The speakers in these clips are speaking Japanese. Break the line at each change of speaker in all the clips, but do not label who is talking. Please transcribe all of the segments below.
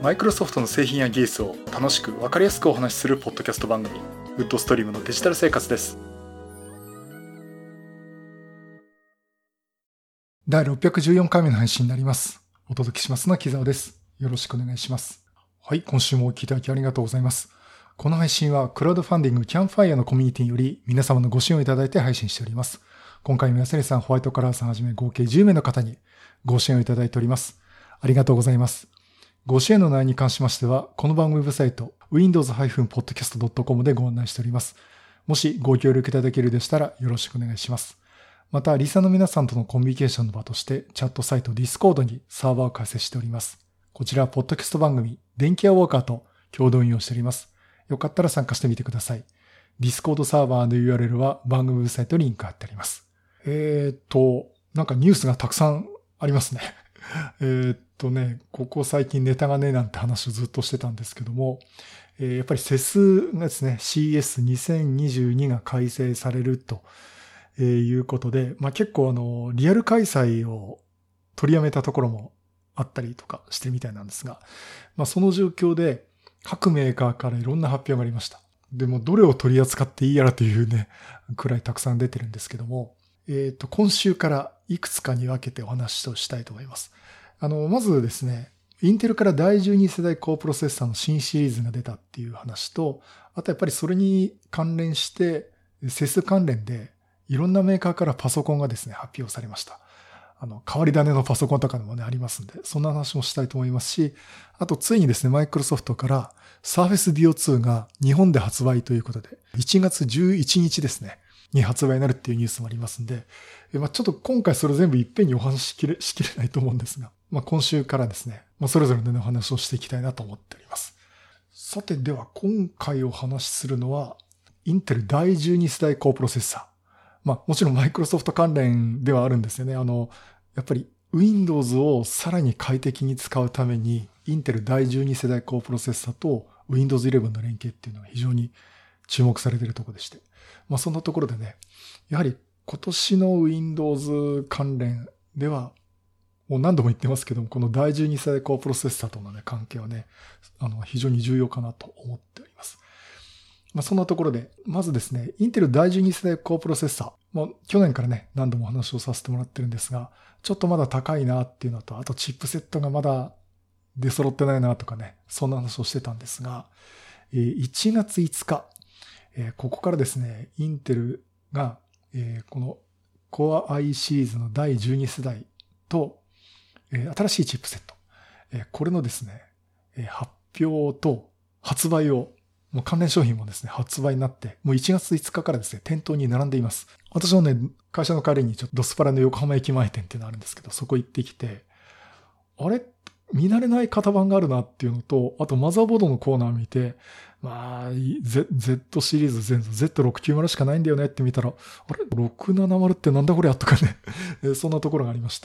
マイクロソフトの製品や技術を楽しく分かりやすくお話しするポッドキャスト番組、ウッドストリームのデジタル生活です。
第614回目の配信になります。お届けしますのは木澤です。よろしくお願いします。はい、今週もお聞きいただきありがとうございます。この配信はクラウドファンディングキャンファイアのコミュニティにより皆様のご支援をいただいて配信しております。今回も安根さん、ホワイトカラーさんはじめ合計10名の方にご支援をいただいております。ありがとうございます。ご支援の内容に関しましては、この番組ウェブサイト windows-podcast.com でご案内しております。もしご協力いただけるでしたらよろしくお願いします。また、リサの皆さんとのコミュニケーションの場として、チャットサイト Discord にサーバーを開設しております。こちらはポッドキャスト番組、電気屋ウォーカーと共同運用しております。よかったら参加してみてください。Discord サーバーの URL は番組ウェブサイトにリンク貼ってあります。なんかニュースがたくさんありますね。ここ最近ネタがねなんて話をずっとしてたんですけども、やっぱりCES がですね、CS2022 が開催されるということで、結構リアル開催を取りやめたところもあったりとかしてみたいなんですが、その状況で各メーカーからいろんな発表がありました。でもどれを取り扱っていいやらというね、くらいたくさん出てるんですけども、今週からいくつかに分けてお話をしたいと思います。まずですね、インテルから第12世代高プロセッサーの新シリーズが出たっていう話と、あとやっぱりそれに関連して、CES関連でいろんなメーカーからパソコンがですね、発表されました。変わり種のパソコンとかでもね、ありますんで、そんな話もしたいと思いますし、あとついにですね、マイクロソフトから Surface Duo 2が日本で発売ということで、1月11日ですね、に発売になるっていうニュースもありますんで、ちょっと今回それ全部いっぺんにお話しきれないと思うんですが、今週からですね、それぞれのお話をしていきたいなと思っております。さて、では今回お話しするのは、インテル第12世代高プロセッサー。もちろんマイクロソフト関連ではあるんですよね。やっぱり Windows をさらに快適に使うために、インテル第12世代高プロセッサーと Windows 11の連携っていうのが非常に注目されているところでして。そんなところでね、やはり今年の Windows 関連では、もう何度も言ってますけども、この第12世代高プロセッサーとのね、関係はね、非常に重要かなと思っております。そんなところで、まずですね、インテル第12世代高プロセッサー。去年からね、何度もお話をさせてもらってるんですが、ちょっとまだ高いなっていうのと、あとチップセットがまだ出揃ってないなとかね、そんな話をしてたんですが、1月5日、ここからですね、インテルが、この Core i シリーズの第12世代と、新しいチップセット、これのですね、発表と発売を、もう関連商品もですね、発売になって、もう1月5日からですね、店頭に並んでいます。私もね、会社の帰りにちょっとドスパラの横浜駅前店っていうのがあるんですけど、そこ行ってきて、あれ見慣れない型番があるなっていうのと、あとマザーボードのコーナー見て、Z シリーズ全部 Z690 しかないんだよねって見たら、あれ ?670 ってなんだこれやとかね、そんなところがありまして。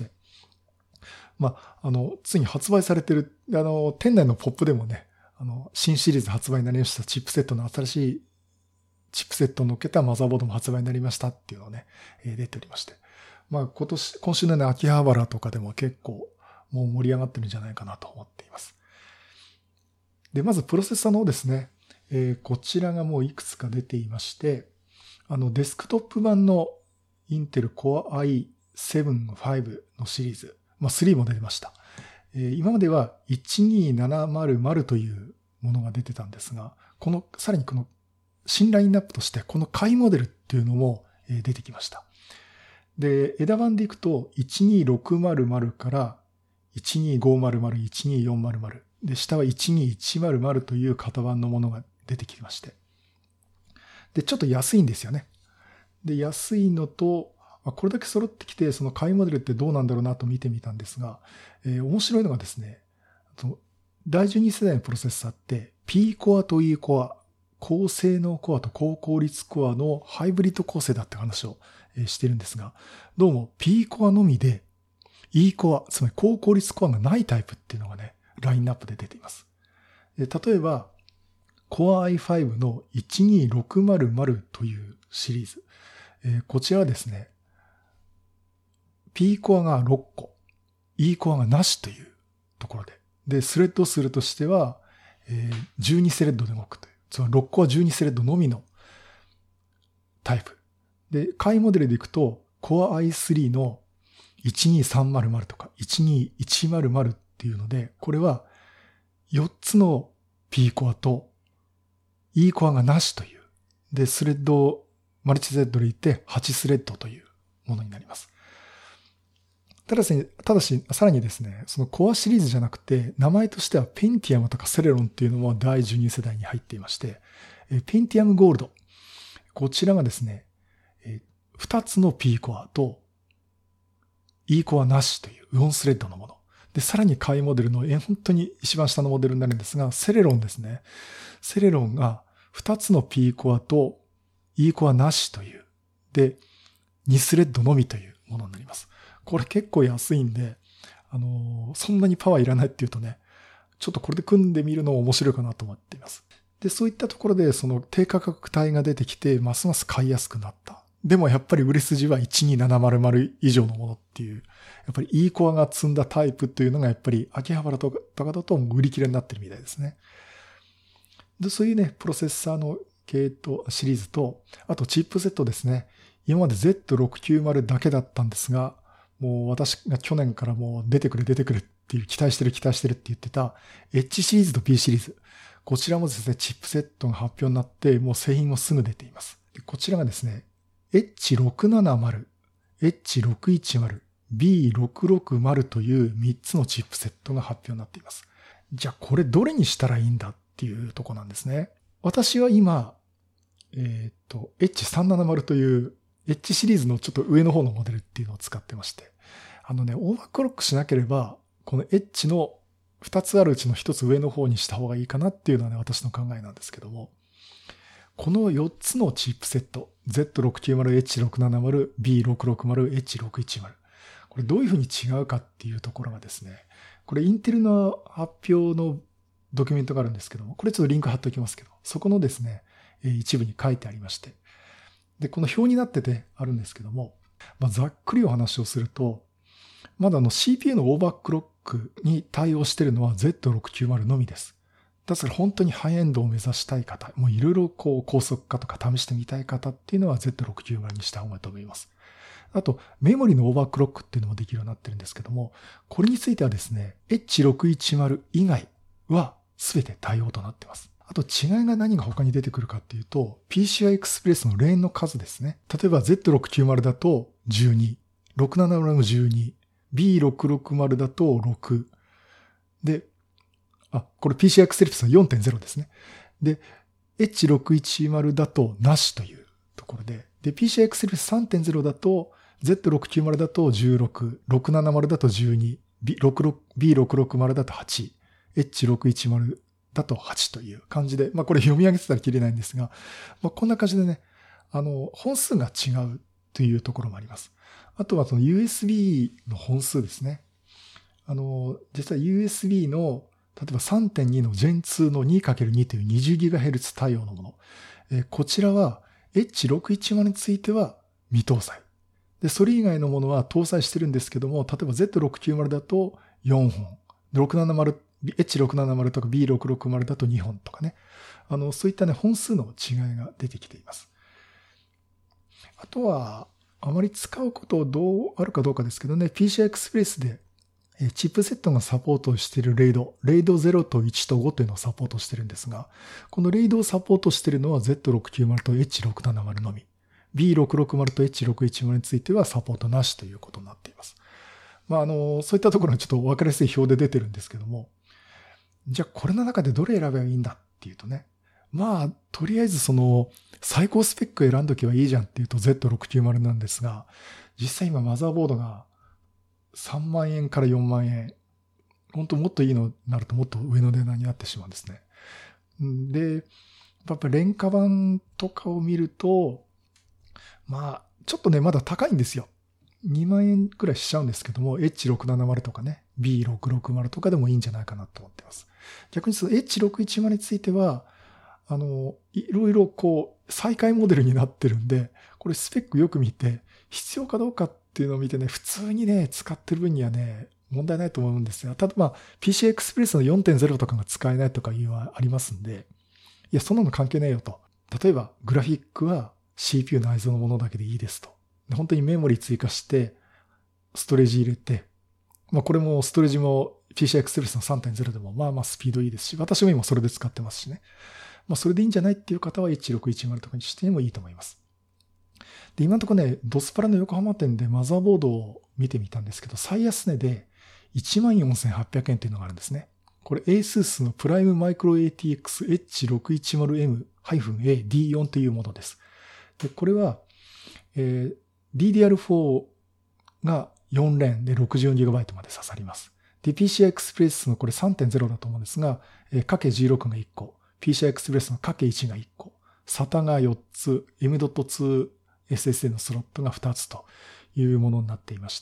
ついに発売されてる、店内のポップでもね、新シリーズ発売になりました。チップセットの新しいチップセットを乗っけたマザーボードも発売になりましたっていうのをね、出ておりまして。今週のね、秋葉原とかでも結構もう盛り上がってるんじゃないかなと思っています。で、まずプロセッサーの方ですね。こちらがもういくつか出ていまして、デスクトップ版のインテル Core i7-5 のシリーズ、3も出てました。今までは12700というものが出てたんですが、さらにこの新ラインナップとしてこの下位モデルっていうのも出てきました。で、枝番でいくと12600から12500、12400で、下は12100という型番のものが出てきまして。で、ちょっと安いんですよね。で、安いのと、これだけ揃ってきて、その下位モデルってどうなんだろうなと見てみたんですが、面白いのがですね、第12世代のプロセッサーって P コアと E コア、高性能コアと高効率コアのハイブリッド構成だって話をしてるんですが、どうも P コアのみで E コア、つまり高効率コアがないタイプっていうのがね、ラインナップで出ています。例えば、Core i5 の12600というシリーズ。こちらはですね、P コアが6個、E コアがなしというところで。 で、スレッド数としては、12スレッドで動くという。つまり6コア12スレッドのみのタイプ。で、簡易モデルでいくと、Core i3 の12300とか12100っていうので、これは4つの P コアと E コアがなしという。で、スレッド、マルチスレッドでいって8スレッドというものになります。ただし、さらにですね、そのコアシリーズじゃなくて、名前としてはペンティアムとかセレロンっていうのも第12世代に入っていまして、ペンティアムゴールド。こちらがですね、2つの P コアと E コアなしという4スレッドのもの。で、さらに簡易モデルの、本当に一番下のモデルになるんですが、セレロンですね。セレロンが2つの P コアと E コアなしという。で、2スレッドのみというものになります。これ結構安いんで、そんなにパワーいらないっていうとね、ちょっとこれで組んでみるのも面白いかなと思っています。で、そういったところでその低価格帯が出てきて、ますます買いやすくなった。でもやっぱり売れ筋は12700以上のものっていう、やっぱり E コアが積んだタイプっていうのがやっぱり秋葉原とかだと売り切れになってるみたいですね。で、そういうね、プロセッサーの系統シリーズと、あとチップセットですね。今まで Z690 だけだったんですが、もう私が去年からもう出てくれっていう期待してるって言ってた H シリーズと P シリーズ。こちらもですね、チップセットが発表になって、もう製品もすぐ出ています。こちらがですね、H670、H610、B660 という3つのチップセットが発表になっています。じゃあこれどれにしたらいいんだっていうとこなんですね。私は今、H370 というH シリーズのちょっと上の方のモデルっていうのを使ってまして。オーバークロックしなければ、この H の2つあるうちの1つ上の方にした方がいいかなっていうのはね、私の考えなんですけども。この4つのチップセット、Z690、H670、B660、H610。これどういうふうに違うかっていうところがですね、これインテルの発表のドキュメントがあるんですけども、これちょっとリンク貼っておきますけど、そこのですね、一部に書いてありまして、で、この表になっててあるんですけども、ざっくりお話をすると、まだCPU のオーバークロックに対応しているのは Z690 のみです。だから本当にハイエンドを目指したい方、もういろいろ高速化とか試してみたい方っていうのは Z690 にした方がいいと思います。あと、メモリのオーバークロックっていうのもできるようになってるんですけども、これについてはですね、H610 以外は全て対応となっています。あと違いが何が他に出てくるかっていうと、PCI Express のレーンの数ですね。例えば Z690 だと12、670も12、B660 だと6。で、これ PCI Express の 4.0 ですね。で、H610 だとなしというところで、で、PCI Express 3.0 だと Z690 だと16、670だと12、B660 だと8、H610だと8という感じで、これ読み上げてたら切れないんですが、こんな感じでね、本数が違うというところもあります。あとはその USB の本数ですね。実は USB の、例えば 3.2 の Gen2 の 2×2 という 20GHz 対応のもの。こちらは H610 については未搭載。で、それ以外のものは搭載してるんですけども、例えば Z690 だと4本。H670 とか B660 だと2本とかね。そういったね、本数の違いが出てきています。あとは、あまり使うことどうあるかどうかですけどね、PCI Express でチップセットがサポートしているレイド0と1と5というのをサポートしてるんですが、このレイドをサポートしているのは Z690 と H670 のみ。B660 と H610 についてはサポートなしということになっています。そういったところはちょっと分かりやすい表で出てるんですけども、じゃあこれの中でどれ選べばいいんだっていうとね、とりあえず最高スペック選んどけばいいじゃんっていうと Z690 なんですが、実際今マザーボードが3万円から4万円。本当もっといいのになるともっと上の値段になってしまうんですね。で、やっぱり廉価版とかを見ると、ちょっとね、まだ高いんですよ。2万円くらいしちゃうんですけども、H670 とかね、B660 とかでもいいんじゃないかなと思ってます。逆にその H610 については、いろいろ再開モデルになってるんで、これスペックよく見て、必要かどうかっていうのを見てね、普通にね、使ってる分にはね、 問題ないと思うんですが、ただPCI Express の 4.0 とかが使えないとかいうのはありますんで、いや、そんなの関係ないよと。例えば、グラフィックは CPU 内蔵のものだけでいいですと。本当にメモリ追加して、ストレージ入れて、これもストレージも PCI Express の 3.0 でもスピードいいですし、私も今それで使ってますしね。それでいいんじゃないっていう方は1610とかにしてもいいと思います。で、今のところね、ドスパラの横浜店でマザーボードを見てみたんですけど、最安値で 14,800 円っていうのがあるんですね。これ ASUS のプライムマイクロ ATX H610M-A-D4 というものです。で、これは、DDR4 が4連で 64GB まで刺さります。で、PCI Express のこれ 3.0 だと思うんですが、×16 が1個、PCI Express の ×1 が1個、SATA が4つ、M.2 SSD のスロットが2つというものになっていまして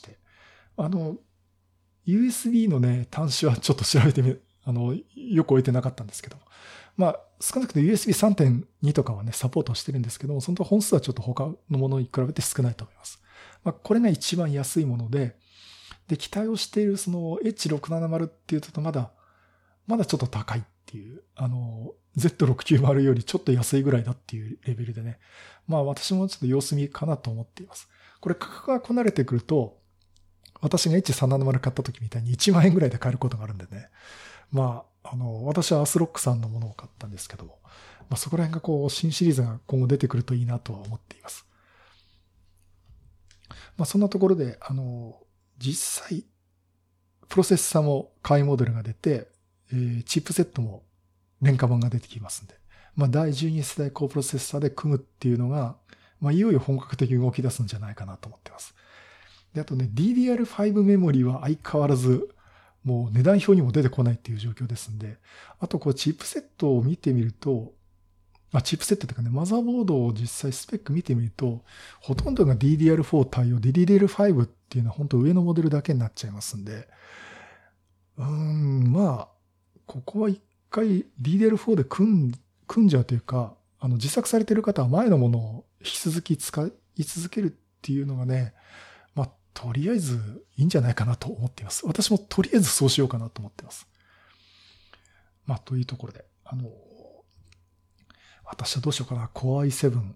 、USB のね、端子はちょっと調べてよく置いてなかったんですけども、少なくとも USB 3.2 とかはね、サポートしてるんですけども、その本数はちょっと他のものに比べて少ないと思います。これが一番安いもので、期待をしているその H670 っていうとまだちょっと高いっていう、Z690 よりちょっと安いぐらいだっていうレベルでね、私もちょっと様子見かなと思っています。これ価格がこなれてくると、私が H370 買った時みたいに1万円ぐらいで買えることがあるんでね。私はアスロックさんのものを買ったんですけども、そこら辺が新シリーズが今後出てくるといいなとは思っています。そんなところで、実際、プロセッサーも簡易モデルが出て、チップセットも廉価版が出てきますんで、第12世代高プロセッサーで組むっていうのが、いよいよ本格的に動き出すんじゃないかなと思ってます。で、あとね、DDR5 メモリは相変わらず、もう値段表にも出てこないっていう状況ですんで、あとチップセットを見てみると、チップセットというかね、マザーボードを実際スペック見てみると、ほとんどが DDR4 対応で DDR5 っていうのは本当上のモデルだけになっちゃいますんで、ここは一回 DDR4 で組んじゃうというか、自作されている方は前のものを引き続き使い続けるっていうのがね、とりあえずいいんじゃないかなと思っています。私もとりあえずそうしようかなと思っています。というところで、私はどうしようかな。Core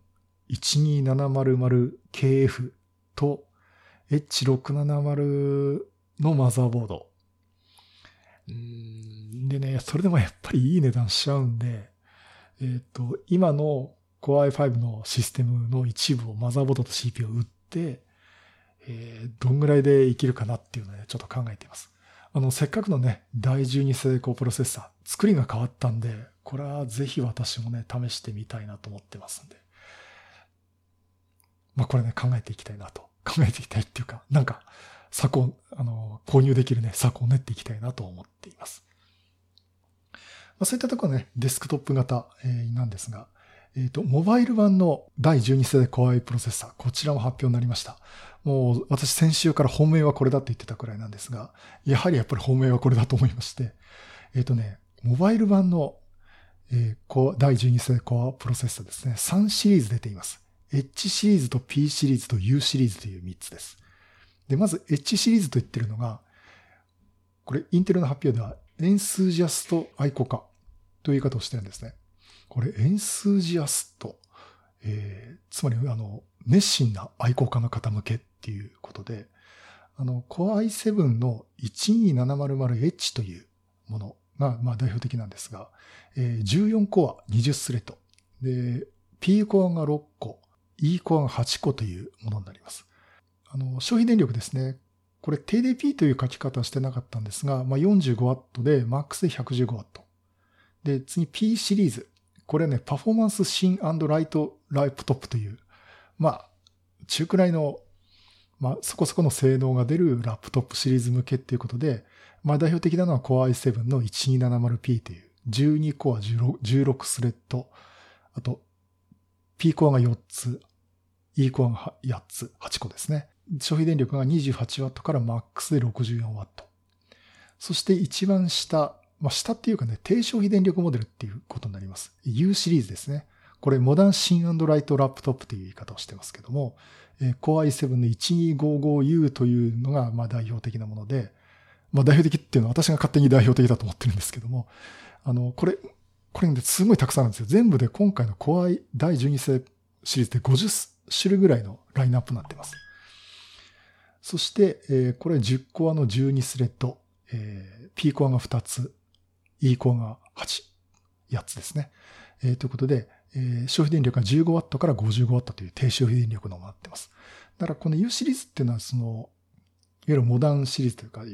i7-12700KF と H670 のマザーボード。でね、それでもやっぱりいい値段しちゃうんで、今の Core i5 のシステムの一部をマザーボードと CPU を売って、どんぐらいでいけるかなっていうのをね、ちょっと考えています。せっかくのね、第12世代高プロセッサー、作りが変わったんで、これはぜひ私もね、試してみたいなと思ってますんで。これね、考えていきたいっていうか、策を、購入できるね、策を練っていきたいなと思っています。そういったところね、デスクトップ型、なんですが、モバイル版の第12世代 Core i プロセッサー、こちらも発表になりました。もう私先週から本命はこれだって言ってたくらいなんですが、やっぱり本命はこれだと思いまして、モバイル版の、第12世代 Core プロセッサーですね、3シリーズ出ています。H シリーズと P シリーズと U シリーズという3つです。で、まず H シリーズと言ってるのが、これインテルの発表ではエンスージアスト愛好家という言い方をしてるんですね。これエンスージアスト、つまり熱心な愛好家の方向けっていうことで、Core i7 の 12700H というものが代表的なんですが、14コア20スレッドで P コアが6個 E コアが8個というものになります。消費電力ですね。これ TDP という書き方はしてなかったんですが、45W で MAX で 115W。で、次 P シリーズ。これね、パフォーマンスシン&ライトライプトップという、中くらいの、そこそこの性能が出るラップトップシリーズ向けっていうことで、代表的なのは Core i7 の 1270P という12コア16スレッド、あと P コアが4つ、E コアが8つ、8個ですね。消費電力が 28W から MAX で 64W。そして一番下、下っていうかね、低消費電力モデルっていうことになります。U シリーズですね。これ、モダンシン&ライトラップトップという言い方をしてますけども、Core i7 の 1255U というのが代表的なもので、 まあ代表的っていうのは私が勝手に代表的だと思ってるんですけども、これね、すごいたくさんあるんですよ。全部で今回の Core i 第12世シリーズで50種類ぐらいのラインナップになっています。そして、これ10コアの12スレッド、P コアが2つ、E コアが8つですね。ということで、消費電力が 15W から 55W という低消費電力のものになっています。だからこの U シリーズっていうのはいわゆるモダンシリーズというか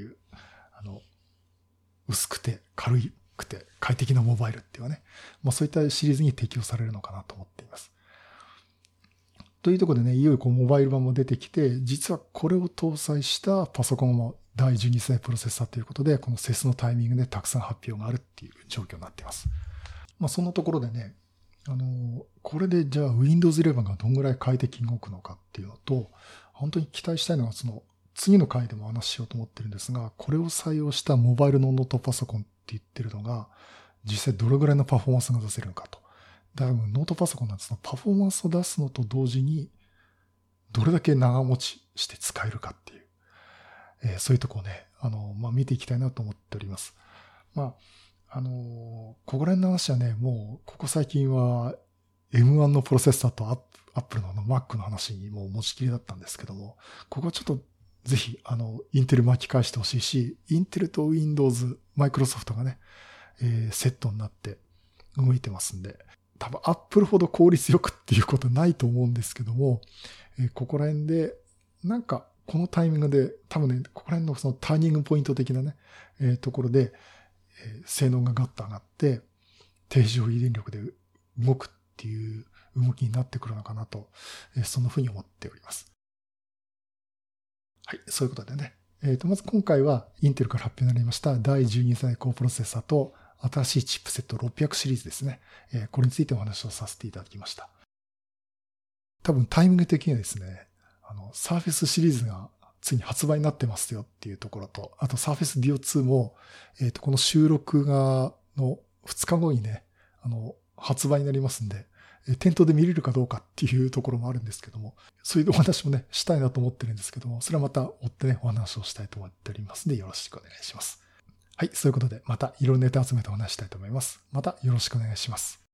薄くて軽くて快適なモバイルっていうね、まあそういったシリーズに適用されるのかなと思っています。というところでね、いよいよモバイル版も出てきて、実はこれを搭載したパソコンも第12世代プロセッサーということで、このCESのタイミングでたくさん発表があるっていう状況になっています。まあそんなところでね、これでじゃあ Windows 11がどんぐらい快適に動くのかっていうのと、本当に期待したいのは次の回でもお話ししようと思ってるんですが、これを採用したモバイルのノートパソコンって言ってるのが、実際どれぐらいのパフォーマンスが出せるのかと。だからノートパソコンなんですが、パフォーマンスを出すのと同時に、どれだけ長持ちして使えるかっていう、そういうとこをね、まあ、見ていきたいなと思っております。まあ、ここら辺の話はね、もう、ここ最近は M1 のプロセッサーとApple のMac の話にもう持ちきりだったんですけども、ここはちょっとぜひ、インテル巻き返してほしいし、インテルと Windows、Microsoft がね、セットになって動いてますんで、多分 Apple ほど効率よくっていうことはないと思うんですけども、ここら辺で、なんか、このタイミングで、多分ね、ここら辺のそのターニングポイント的なね、ところで、性能がガッと上がって、低消費電力で動くっていう動きになってくるのかなと、そんなふうに思っております。はい、そういうことでね。まず今回はインテルから発表になりました第12世代高プロセッサーと新しいチップセット600シリーズですね。これについてお話をさせていただきました。多分タイミング的にはですね、Surface シリーズがついに発売になってますよっていうところと、あと Surface Duo 2も、この収録の2日後にね、発売になりますんで、店頭で見れるかどうかっていうところもあるんですけども、そういうお話もね、したいなと思ってるんですけども、それはまた追ってね、お話をしたいと思っておりますので、よろしくお願いします。はい、そういうことで、またいろいろネタ集めてお話したいと思います。またよろしくお願いします。